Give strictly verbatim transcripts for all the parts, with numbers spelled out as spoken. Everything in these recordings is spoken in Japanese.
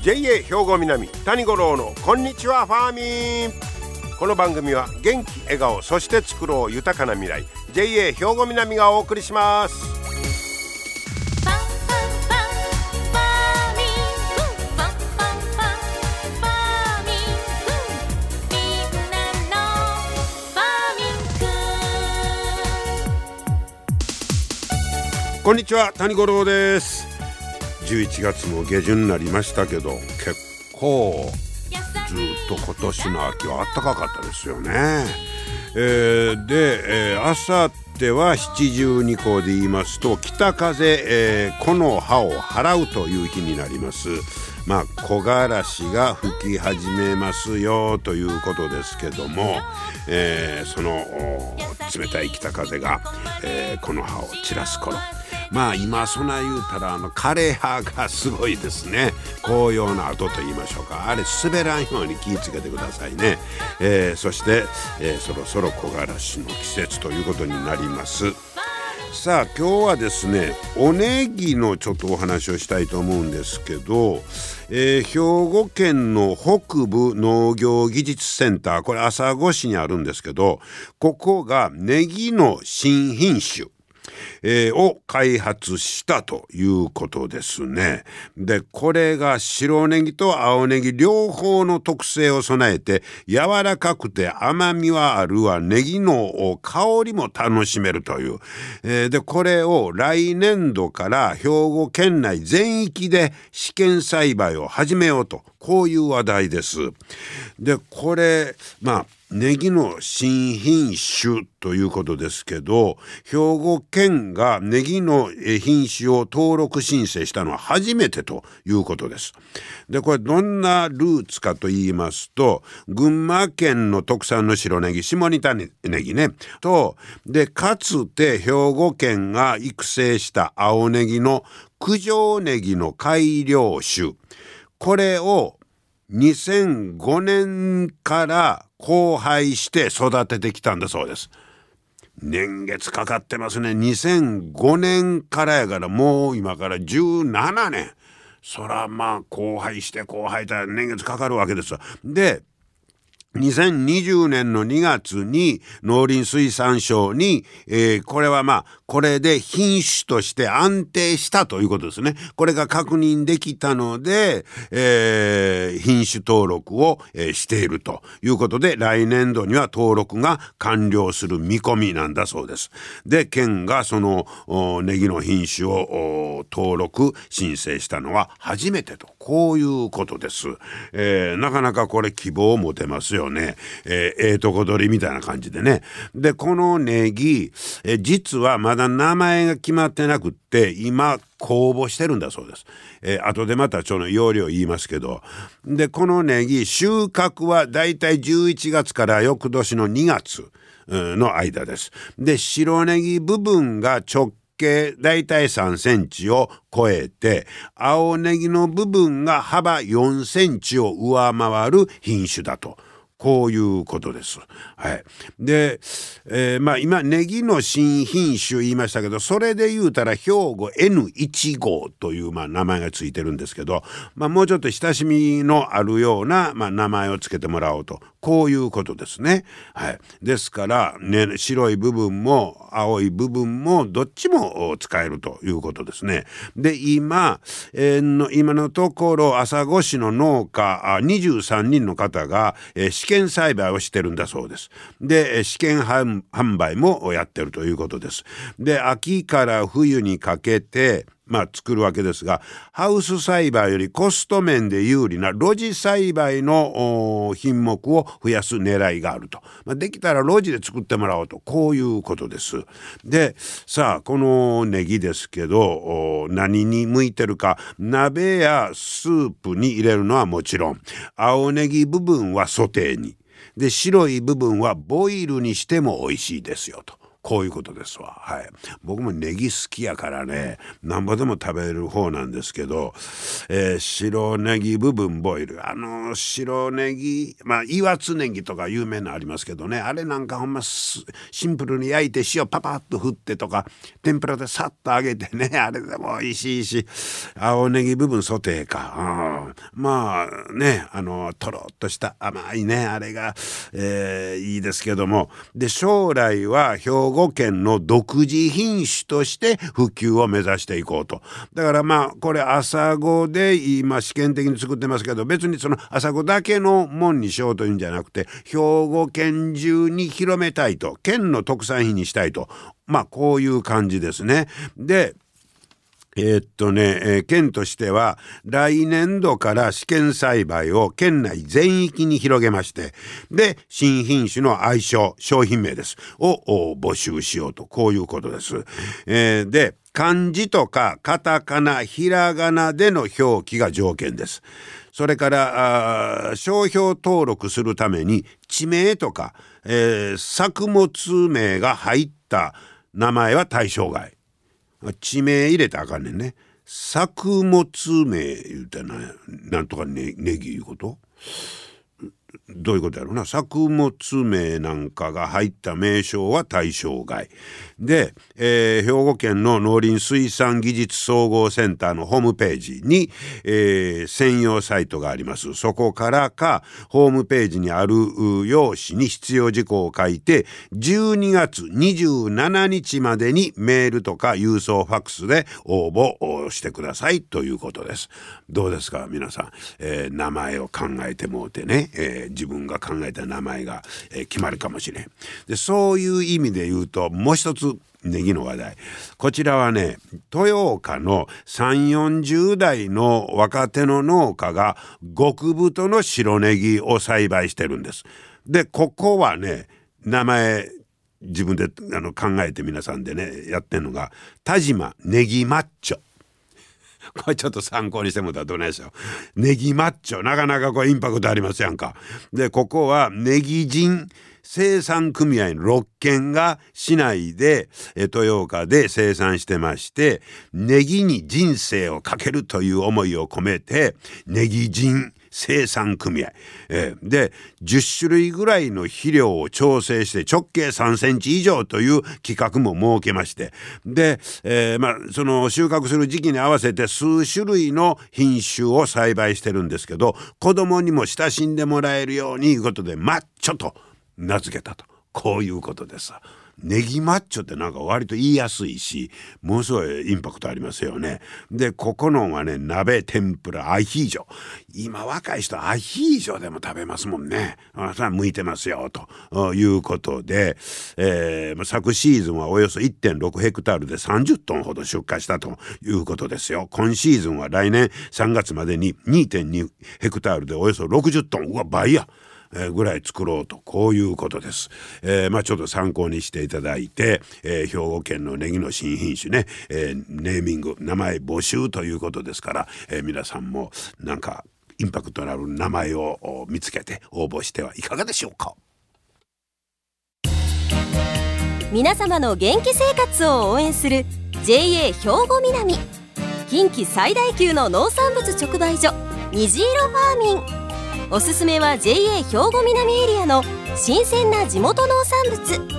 ジェイエー 兵庫南谷五郎のこんにちはファーミン。この番組は元気笑顔そして作ろう豊かな未来 ジェイエー 兵庫南がお送りします。こんにちは谷五郎です。じゅういちがつも下旬になりましたけど、結構ずっと今年の秋は暖かかったですよね。えー、で、えー、あさっては七十二候で言いますと北風、えー、木の葉を払うという日になります。まあ木枯らしが吹き始めますよということですけども、えー、その冷たい北風が、えー、木の葉を散らす頃、まあ今そんな言うたらあの枯葉がすごいですね。紅葉の後と言いましょうか、あれ滑らんように気をつけてくださいね。えー、そして、えー、そろそろ木枯らしの季節ということになります。さあ今日はですね、おネギのちょっとお話をしたいと思うんですけど、えー、兵庫県の北部農業技術センター、これ朝来市にあるんですけど、ここがネギの新品種えー、を開発したということですね。で、これが白ネギと青ネギ両方の特性を備えて、柔らかくて甘みはあるわネギの香りも楽しめるという、えー、でこれを来年度から兵庫県内全域で試験栽培を始めようと、こういう話題です。でこれまあネギの新品種ということですけど、兵庫県がネギの品種を登録申請したのは初めてということです。でこれどんなルーツかと言いますと、群馬県の特産の白ネギ下仁田ネギねと、でかつて兵庫県が育成した青ネギの九条ネギの改良種、これをにせんごねんから交配して育ててきたんだそうです。年月かかってますね。にせんごねんからやからもう今からじゅうななねん。そらまあ交配して交配したら年月かかるわけですわ。でにせんにじゅうねんのにがつに農林水産省に、えー、これはまあこれで品種として安定したということですね。これが確認できたので、えー、品種登録を、えー、しているということで、来年度には登録が完了する見込みなんだそうです。で県がそのネギの品種を登録申請したのは初めてと、こういうことです。えー、なかなかこれ希望を持てますよね。えー、ええとこ取りみたいな感じでね。でこのネギ、えー、実はまだ名前が決まってなくって今公募してるんだそうです。えー、後でまたちょっと要領言いますけど、でこのネギ収穫はだいたいじゅういちがつから翌年のにがつの間です。で白ネギ部分が直だいたいさんセンチを超えて、青ネギの部分が幅よんセンチを上回る品種だと、こういうことです。はい。で、えー、まあ今ネギの新品種言いましたけど、それで言うたら兵庫 エヌいち 号というまあ名前がついてるんですけど、まあもうちょっと親しみのあるようなまあ名前をつけてもらおうと、こういうことですね。はい。ですからね、白い部分も青い部分もどっちも使えるということですね。で今、えー、の今のところ朝来市の農家にじゅうさんにんの方が、えー、試験栽培をしてるんだそうです。で試験販売もやってるということです。で秋から冬にかけてまあ作るわけですが、ハウス栽培よりコスト面で有利な露地栽培の品目を増やす狙いがあると、まあ、できたら露地で作ってもらおうと、こういうことです。でさあこのネギですけど何に向いてるか、鍋やスープに入れるのはもちろん、青ネギ部分はソテーに、で白い部分はボイルにしても美味しいですよと、 こういうことですわ。はい、僕もネギ好きやからねなんぼでも食べる方なんですけど、えー、白ネギ部分ボイル、あの白ネギ、まあ岩津ネギとか有名なありますけどね、あれなんかほんまシンプルに焼いて塩パパッと振ってとか天ぷらでさっと揚げてね、あれでも美味しいし、青ネギ部分ソテーか、うん、まあねあのとろっとした甘いねあれが、えー、いいですけども、で将来は兵庫県の独自品種として普及を目指していこうと。だからまあこれ朝子で今試験的に作ってますけど、別にその朝子だけのもんにしようというんじゃなくて兵庫県中に広めたいと、県の特産品にしたいと、まあこういう感じですね。でえー、っとね、えー、県としては来年度から試験栽培を県内全域に広げまして、で新品種の愛称商品名ですを募集しようと、こういうことです。えー、で漢字とかカタカナひらがなでの表記が条件です。それから商標登録するために地名とか、えー、作物名が入った名前は対象外。地名入れたらあかんねんね。作物名言うてな、なんとかねネギいうこと、どういうことやろうな。作物名なんかが入った名称は対象外で、えー、兵庫県の農林水産技術総合センターのホームページに、えー、専用サイトがあります。そこからかホームページにある用紙に必要事項を書いてじゅうにがつにじゅうしちにちまでにメールとか郵送ファックスで応募してくださいということです。どうですか皆さん、えー、名前を考えてもうてね、えー、自分が考えた名前が、えー、決まるかもしれん。でそういう意味で言うともう一つネギの話題、こちらはね豊岡のさんじゅうよんじゅう代の若手の農家が極太の白ネギを栽培してるんです。でここはね名前自分であの考えて皆さんでねやってるのが田島ネギマッチョ。これちょっと参考にしてもらったらどうなんでしょう。ネギマッチョなかなかこれインパクトありますやんか。でここはネギ人生産組合のろっけんが市内で豊岡で生産してまして、ネギに人生をかけるという思いを込めてネギ人生産組合、えー、でじゅっしゅるいぐらいの肥料を調整して直径さんセンチ以上という規格も設けまして、で、えーまあ、その収穫する時期に合わせて数種類の品種を栽培してるんですけど、子供にも親しんでもらえるようにいうことでマッチョと名付けたと、こういうことです。ネギマッチョってなんか割と言いやすいしものすごいインパクトありますよね。でここのはね鍋天ぷらアヒージョ、今若い人アヒージョでも食べますもんね。あそれは向いてますよということで、えー、昨シーズンはおよそ いってんろくヘクタールでさんじゅっトンほど出荷したということですよ。今シーズンは来年さんがつまでに にてんにヘクタールでおよそろくじゅっトン、うわ倍やえー、ぐらい作ろうと、こういうことです。えー、まあちょっと参考にしていただいて、えー、兵庫県のネギの新品種ね、えー、ネーミング名前募集ということですから、えー、皆さんもなんかインパクトのある名前を見つけて応募してはいかがでしょうか。 皆様の元気生活を応援する ジェイエー 兵庫南、近畿最大級の農産物直売所虹色ファーミン。おすすめは ジェイエー 兵庫南エリアの新鮮な地元農産物。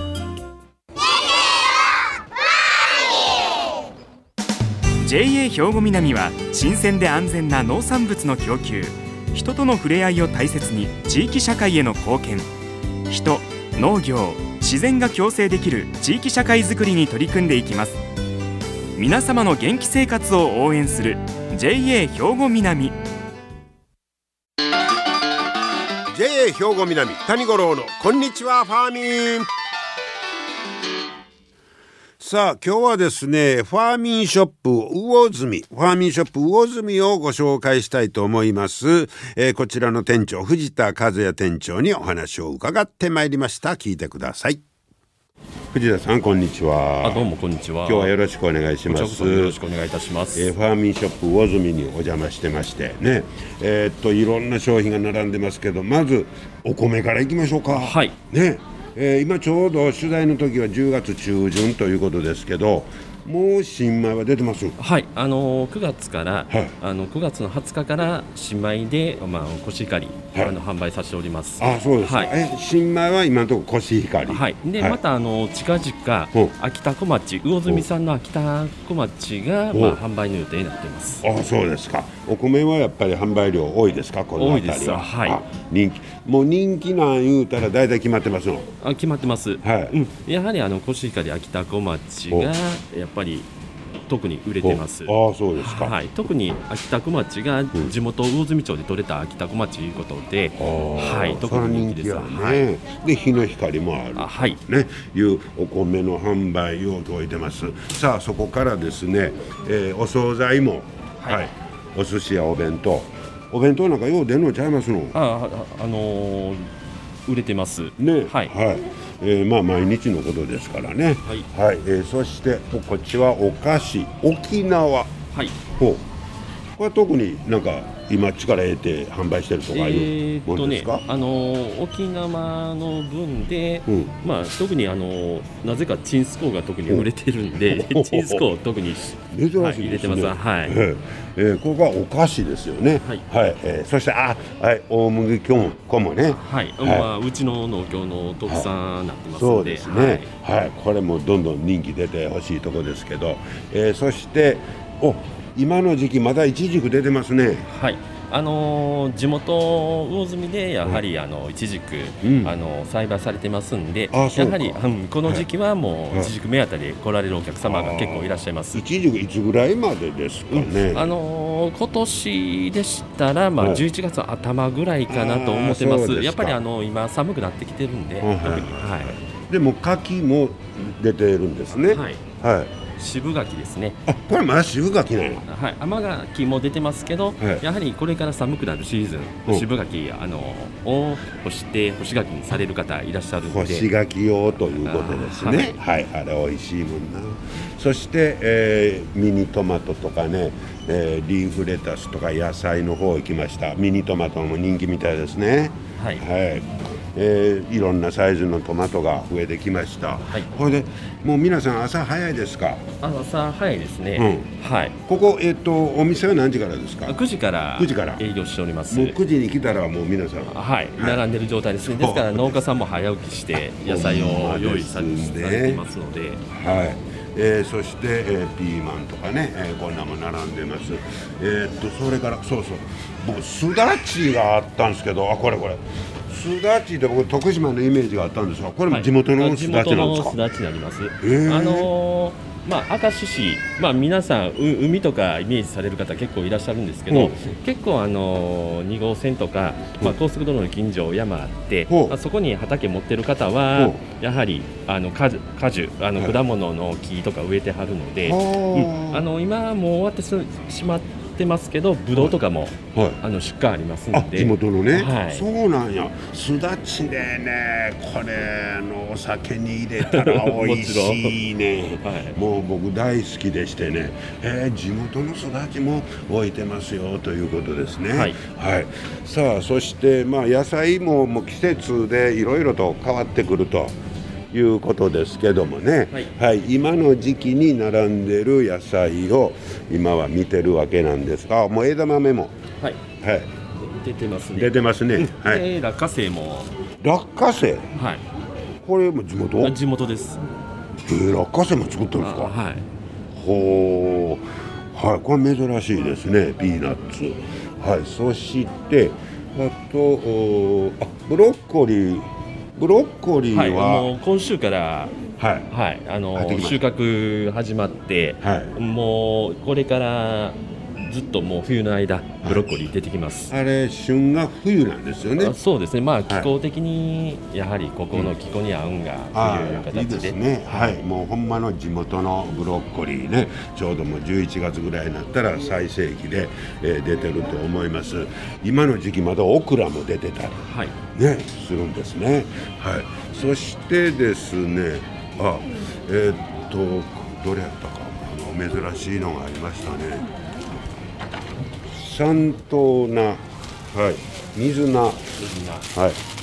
ジェイエー 兵庫南は新鮮で安全な農産物の供給、人との触れ合いを大切に地域社会への貢献、人、農業、自然が共生できる地域社会づくりに取り組んでいきます。皆様の元気生活を応援する ジェイエー 兵庫南。 ジェイエー 兵庫南谷五郎のこんにちはファーミン。さあ今日はですねファーミンショップ魚住ファーミンショップ魚住をご紹介したいと思います。えー、こちらの店長藤田和也店長にお話を伺ってまいりました。聞いてください。藤田さんこんにちは。 あどうもこんにちは。 今日はよろしくお願いします。 よろしくお願いいたします。 えー、ファーミンショップ魚住にお邪魔してましてね、えー、っといろんな商品が並んでますけど、まずお米からいきましょうか。 はいね、 えー、今ちょうど取材の時はじゅうがつ中旬ということですけど、もう新米は出てます？ はい、あのくがつから、 はい、 あのくがつのはつかから新米で、まあ、コシヒカリ、はい、あの販売させております。 あ、そうですか。はい、え新米は今のところコシヒカリ、 はい、で、はい、またあの近々秋田小町、魚住さんの秋田小町が、まあ、販売の予定になっています。 あ、そうですか。お米はやっぱり販売量多いですか？この辺りは。多いです。はい、人気もう人気なん言うたら大体決まってますの？ あ、決まってます。はい、うん、やはりあのコシヒカリ秋田小町がやっぱり特に売れてます。 ああ、そうですか。 はい、特に秋田小町が地元魚住町で採れた秋田小町ということで、うん、はい、特に人気です。 ね、はい、で日の光もある、あ、はい、ね、いうお米の販売を置いてます。さあそこからですね、えー、お惣菜も、はいはい、お寿司やお弁当、お弁当なんかよう出んのちゃいますの？ ああ、あのー、売れてますね。 はい、 はい、えー、まあ毎日のことですからね。はい、はい、えー、そしてこっちはお菓子沖縄。はい。ほう。これは特になんか今力得て販売してるとかいうものですか？ えーっとね、あのー、沖縄の分で、うん、まあ特にあのー、なぜかチンスコーが特に売れてるんで、チンスコーを特に珍しいですね、 はい、入れてます。はい。 えーえー、ここがお菓子ですよね。はい。はい、えー、そしてあ、はい、大麦粉もね。 はい。はい、まあうちの農協の特産になってますので。 そうですね。はい。はい、これもどんどん人気出てほしいところですけど、えー、そしてお今の時期まだイチジク出てますね。 はい。あのー、地元魚住でやはり、うん、あのイチジク、うん、あの栽培されてますんで、やはり、うん、この時期はもうイチジク目当たりで来られるお客様が結構いらっしゃいます。 イチジクいつぐらいまでですかね？うん、 あのー、今年でしたら、まあ、じゅういちがつ頭ぐらいかなと思ってます。やっぱりあの今寒くなってきてるんで、特に、はい、 でも柿も出てるんですね。はい、はい、 渋柿ですね。 あ、これまだ渋柿なんや。 はい、甘柿も出てますけど、はい、やはりこれから寒くなるシーズン、うん、渋柿あのを干して干し柿にされる方いらっしゃるので、 干し柿用ということですね。はい、はい、あれ美味しいもんな。そして、えー、ミニトマトとかね、えー、リーフレタスとか野菜の方行きました。ミニトマトも人気みたいですね。はい、はい、えー、いろんなサイズのトマトが増えてきました。はい、これでもう皆さん朝早いですか？ 朝早いですね。うん、はい。 ここ、えー、とお店は何時からですか？ くじからくじから営業しております。 もうくじに来たらもう皆さん、 はい、並んでる状態ですね。ですから農家さんも早起きして野菜を用意されていますので、 はい、えー、そして、えー、ピーマンとかね、えー、こんなも並んでます。えー、っとそれからそうそう、僕すだちがあったんですけど、あ、これこれすだちって僕徳島のイメージがあったんですが、これも地元のすだちなんですか？ 地元のすだちになります。あのー、まあ、明石市、まあ、皆さん海とかイメージされる方結構いらっしゃるんですけど、うん、結構あのに号線とか、まあ、高速道路の近所山あって、うん、まあ、そこに畑持ってる方は、うん、やはりあの果樹、果樹あの果物の木とか植えてはるので、うん、あの今もう終わってしまってますけど、ブドウとかも、はい、あの出荷ありますので、 地元のね、はい、そうなんや。すだちでね、これのお酒に入れたら美味しいね。はい、もう僕大好きでしてね、えー、地元のすだちも置いてますよということですね。はい、はい、さあそしてまあ野菜ももう季節でいろいろと変わってくるということですけどもね、はいはい、今の時期に並んでる野菜を今は見てるわけなんですが、もう枝豆も、はいはい、 出てますね。 出てますね。 はい、落花生も。 落花生、 はい、 これも地元？ 地元です。 えー、落花生も作ってるんですか？ はい。 ほう、はい、これ珍しいですね、ピーナッツ。はい、そしてあとあブロッコリー。ブロッコリーは、 はい、もう今週から、はいはい、あの収穫始まって、はい、もうこれからずっともう冬の間ブロッコリー出てきます。 はい、あれ旬が冬なんですよね。 あ、そうですね。まあ気候的にやはりここの気候に合うんが冬いう形で、 いいですね。はい、もうほんまの地元のブロッコリーね、ちょうどもうじゅういちがつぐらいになったら最盛期で、えー、出てると思います。今の時期まだオクラも出てたり、はい、ね、するんですね。はい。そしてですね、あ、えー、っとどれやったか、あの珍しいのがありましたね。サントウナ、はい、水菜、はい、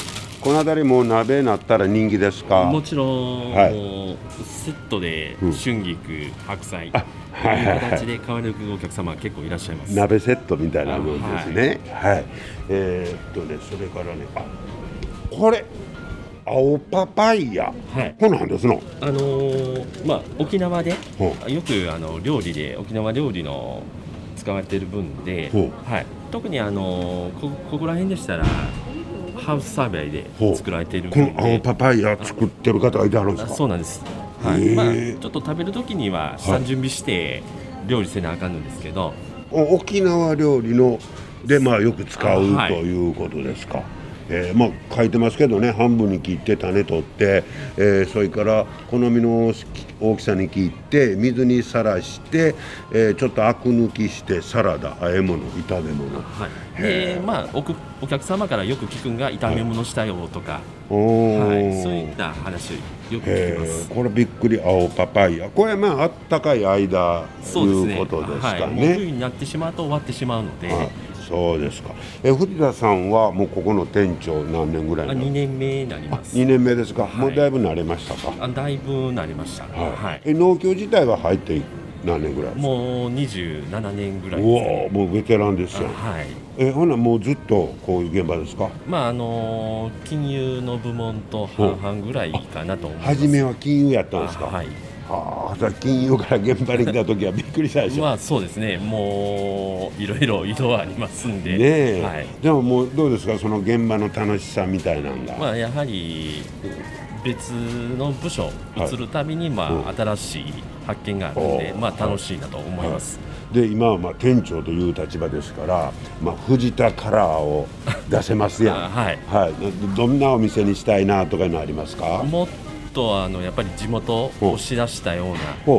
この辺りも鍋になったら人気ですか？ もちろん、 はい、 もうセットで春菊、うん、白菜とはいいう形で買われるお客様結構いらっしゃいます。 鍋セットみたいなもんですね。はい、はい、えー、っとねそれからね、あ、これ青パパイヤ、はい、こんなんですの。 あのー、まあ沖縄でよくあの料理で沖縄料理の使われている分で、はい、特にあのー、こ, ここら辺でしたらハウス栽培で作られているこの青パパイヤ作ってる方がいてあるんですか？ そうなんです、はい、まあ、ちょっと食べるときには下準備して料理せなあかんのですけど、 はい、沖縄料理のでまあよく使う、はい、ということですか？えーまあ、書いてますけどね、半分に切って種取って、えー、それから好みの大きさに切って水にさらして、えー、ちょっとアク抜きしてサラダ、和え物、炒め物、 はい、でまあ、お, お客様からよく聞くんが炒め物したよとか、はい、そういった話よく聞きます。 これびっくり、青パパイヤ、これまああったかい間ということですかね。はい、もう冬になってしまうと終わってしまうので、はい、 そうですか。え藤田さんはもうここの店長何年ぐらい？ にねんめになります。 にねんめですか？はい、もうだいぶ慣れましたか？ あだいぶ慣れました。はいはい、 え農協自体は入って何年ぐらいですか？ もうにじゅうななねんぐらいですね。 おもうベテランですよ。はい、えほなもうずっとこういう現場ですか？ まああのー、金融の部門と半々ぐらいかなと思います。 初めは金融やったんですか？ はい。 はあ、金融から現場に来た時はびっくりしたでしょ。 まあそうですね、もういろいろ移動はありますんで、 ねえ、はい、でももうどうですか、その現場の楽しさみたいなのが。 まあやはり別の部署移るたびに、まあ、はい、新しい発見があるので、まあ楽しいなと思います。 はいはい、で今はまあ店長という立場ですから、まあ、藤田カラーを出せますやん。はいはい、どんなお店にしたいなとかいうのありますか？ もっとあのやっぱり地元を押し出したような、うん、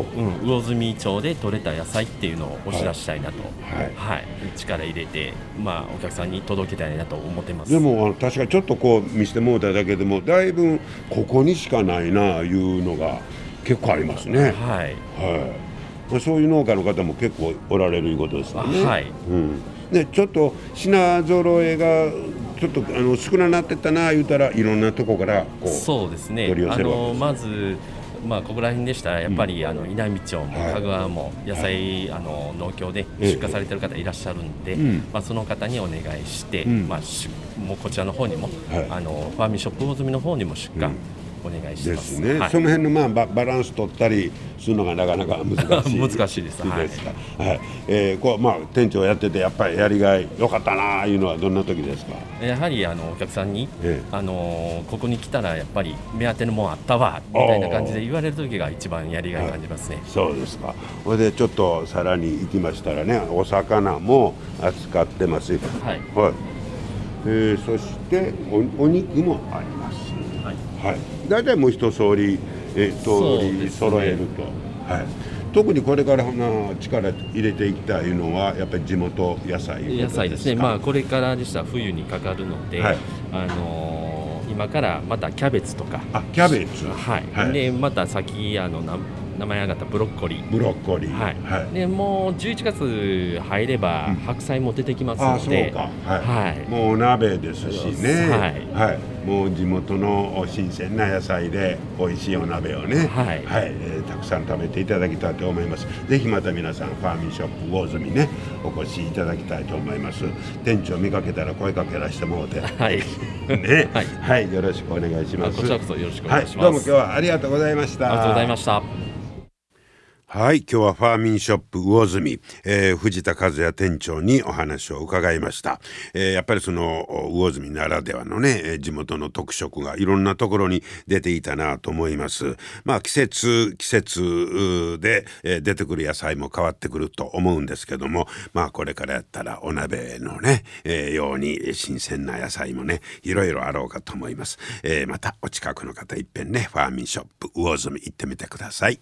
魚住町で採れた野菜っていうのを押し出したいなと、はいはい、力入れて、まあ、お客さんに届けたいなと思ってます。 でもあの確かにちょっとこう見せてもらっただけでもだいぶここにしかないないうのが結構ありますね。はい、はい、そういう農家の方も結構おられるいうことですよね。はい、うん、でちょっと品揃えがちょっとあの少なくなってったな言うたらいろんなとこからこうそうですね、取り寄せるわけです。あのまず、まあ、ここら辺でしたらやっぱり、うん、あの稲美町も香川も野菜、はい、あの農協で出荷されている方いらっしゃるんで、ええ、まあ、その方にお願いして、うん、まあ、もうこちらの方にも、はい、あのファーミンショップ魚住の方にも出荷、うん、お願いしてます。 ですね、はい、その辺の、まあ、バ, バランス取ったりするのがなかなか難しい難しいです。はい、 ですか。はい、えー、こうまあ店長やっててやっぱりやりがい良かったないうのはどんな時ですか？ やはりあのお客さんに、ええ、あのここに来たらやっぱり目当てのもんあったわみたいな感じで言われる時が一番やりがい感じますね。はい、 そうですか。それでちょっとさらに行きましたらね、お魚も扱ってます。はい、はい、えー、そしてお、お肉もあります。はい、だいたいもう一通り、えー、通り揃えると、ね、はい、特にこれからな力入れていきたいのはやっぱり地元野菜野菜ですね。まあこれからでしたら冬にかかるので、はい、あのー、今からまたキャベツとか、 あキャベツ、 はい、はい、でまた先あのな名前上がったブロッコリーブロッコリー、 はいはい、でもうじゅういちがつ入れば白菜も出てきますので、 うん、あそうか、はいはい、もうお鍋ですしね、はいはい、もう地元の新鮮な野菜で美味しいお鍋をね、はいはい、えー、たくさん食べていただきたいと思います。ぜひまた皆さんファーミンショップ魚住ねお越しいただきたいと思います。店長見かけたら声かけらしてもらって、はいね、はい、はい、よろしくお願いします。 こちらこそよろしくお願いします。 はい、どうも今日はありがとうございました。 ありがとうございました。 はい、今日はファーミンショップ魚住、えー、藤田和也店長にお話を伺いました。えー、やっぱりその魚住ならではのね地元の特色がいろんなところに出ていたなと思います。まあ季節季節で、えー、出てくる野菜も変わってくると思うんですけども、まあこれからやったらお鍋のね、えー、ように新鮮な野菜もねいろいろあろうかと思います。えー、またお近くの方いっぺんねファーミンショップ魚住行ってみてください。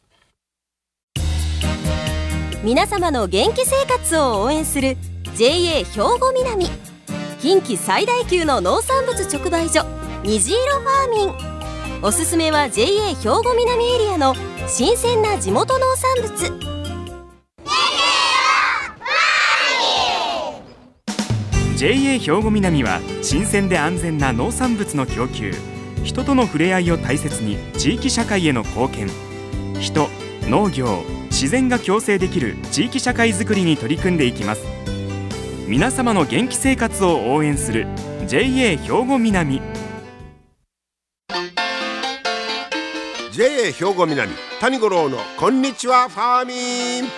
皆様の元気生活を応援する ジェイエー 兵庫南近畿最大級の農産物直売所虹色ファーミン。おすすめは ジェイエー 兵庫南エリアの新鮮な地元農産物。 ジェイエー 兵庫南は新鮮で安全な農産物の供給、人との触れ合いを大切に地域社会への貢献、人、農業、自然が共生できる地域社会づくりに取り組んでいきます。皆様の元気生活を応援する ジェイエー 兵庫南。 ジェイエー 兵庫南谷五郎のこんにちはファーミン。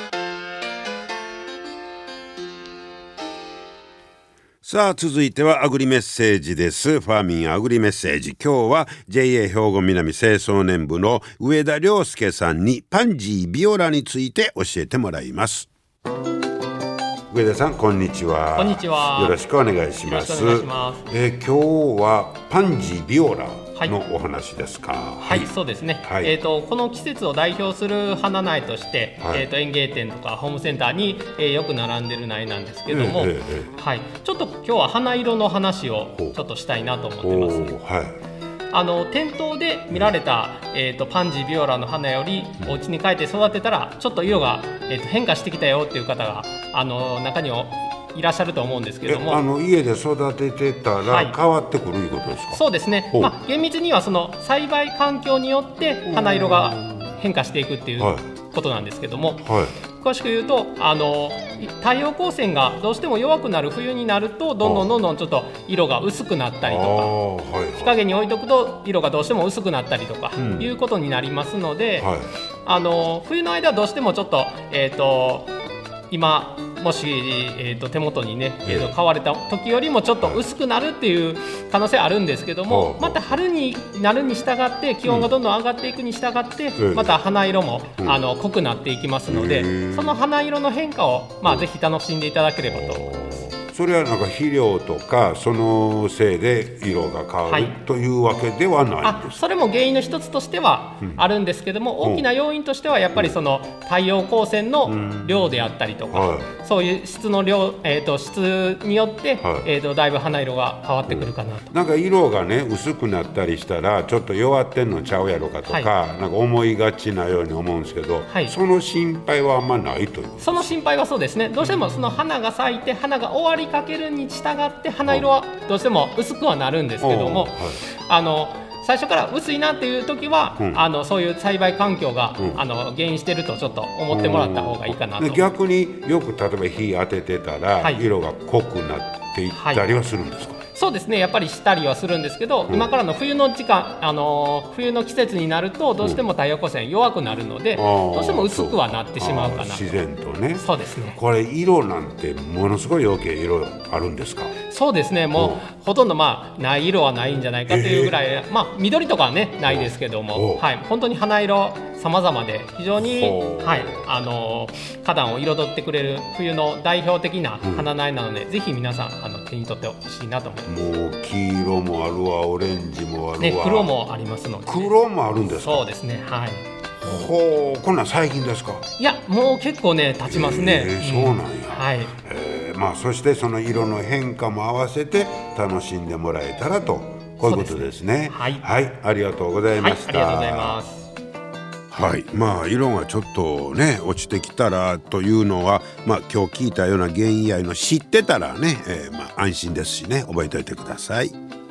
さあ続いてはアグリメッセージです。ファーミンアグリメッセージ。今日は ジェイエー 兵庫南清掃年部の上田良介さんにパンジービオラについて教えてもらいます。上田さんこんにちは。 こんにちは。 よろしくお願いします。 よろしくお願いします。 えー、今日はパンジービオラのお話ですか。 はい、はい、そうですね。はい、えーと、この季節を代表する花苗として、はい、えーと、園芸店とかホームセンターに、えー、よく並んでる苗なんですけども、えーえー、はい、ちょっと今日は花色の話をちょっとしたいなと思ってます。はい、あの店頭で見られた、えーと、パンジービオラの花よりお家に帰って育てたらちょっと色が、えーと、変化してきたよっていう方があの中にはいらっしゃると思うんですけども、 あの家で育ててたら変わってくるいうことですか。はい、 そうですね、まあ、厳密にはその栽培環境によって花色が変化していくっていうことなんですけども、はいはい、詳しく言うとあの太陽光線がどうしても弱くなる冬になるとどんどんどんどんちょっと色が薄くなったりとか、はいはい、日陰に置いとくと色がどうしても薄くなったりとか、うん、いうことになりますので、はい、あの冬の間はどうしてもちょっと、えーと今もし、えー、と手元にね、えー、と買われた時よりもちょっと薄くなるっていう可能性あるんですけども、また春になるに従って気温がどんどん上がっていくに従ってまた花色もあの濃くなっていきますので、その花色の変化を、まあ、ぜひ楽しんでいただければと思います。 それはなんか肥料とかそのせいで色が変わる、はい、というわけではないんです。 あ、それも原因の一つとしてはあるんですけども、うん、大きな要因としてはやっぱりその太陽光線の量であったりとか、うん、そういう質の量、えー、と質によって、はい、えー、とだいぶ花色が変わってくるかなと、 うん、なんか色がね薄くなったりしたらちょっと弱ってんのちゃうやろかとか、はい、なんか思いがちなように思うんですけど、はい、その心配はあんまないという。 その心配はそうですね。どうしてもその花が咲いて花が終わりかけるに従って花色はどうしても薄くはなるんですけども、はい、あの最初から薄いなっていう時は、うん、あのそういう栽培環境が、うん、あの原因してるとちょっと思ってもらった方がいいかなと。 逆によく例えば日当ててたら、はい、色が濃くなっていったりはするんですか。はい、 そうですね、やっぱりしたりはするんですけど、うん、今からの冬の時間、あのー、冬の季節になるとどうしても太陽光線弱くなるので、うん、どうしても薄くはなってしまうかなと。 自然とね。 そうですね。 これ色なんてものすごい余計色あるんですか。 そうですね、もう、うん、ほとんどまあない色はないんじゃないかというぐらい、えー、まあ緑とかはねないですけども、はい、本当に花色様々で非常に、はい、あのー、花壇を彩ってくれる冬の代表的な花苗なので、うん、ぜひ皆さんあの手に取ってほしいなと思います。 もう黄色もあるわ、オレンジもあるわ、 ね、黒もありますので、ね、 黒もあるんですか。 そうですね、はい。 ほう、こんなん最近ですか。 いや、もう結構ね経ちますね。 えー、そうなんや、 うん、はい。 えーまあ、そしてその色の変化も合わせて楽しんでもらえたらと、こういうことですね。はい、はい、ありがとうございました。はい、ありがとうございます。はい、まあ色がちょっとね落ちてきたらというのは、まあ、今日聞いたような原因やの知ってたらね、えーまあ、安心ですしね、覚えておいてください。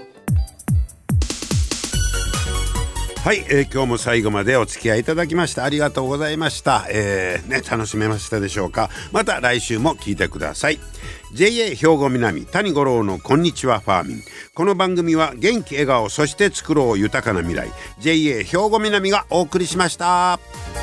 はい、えー、今日も最後までお付き合いいただきましてありがとうございました。えーね、楽しめましたでしょうか。また来週も聞いてください。 ジェイエー 兵庫南谷五郎のこんにちはファーミン。この番組は元気笑顔そして作ろう豊かな未来 ジェイエー 兵庫南がお送りしました。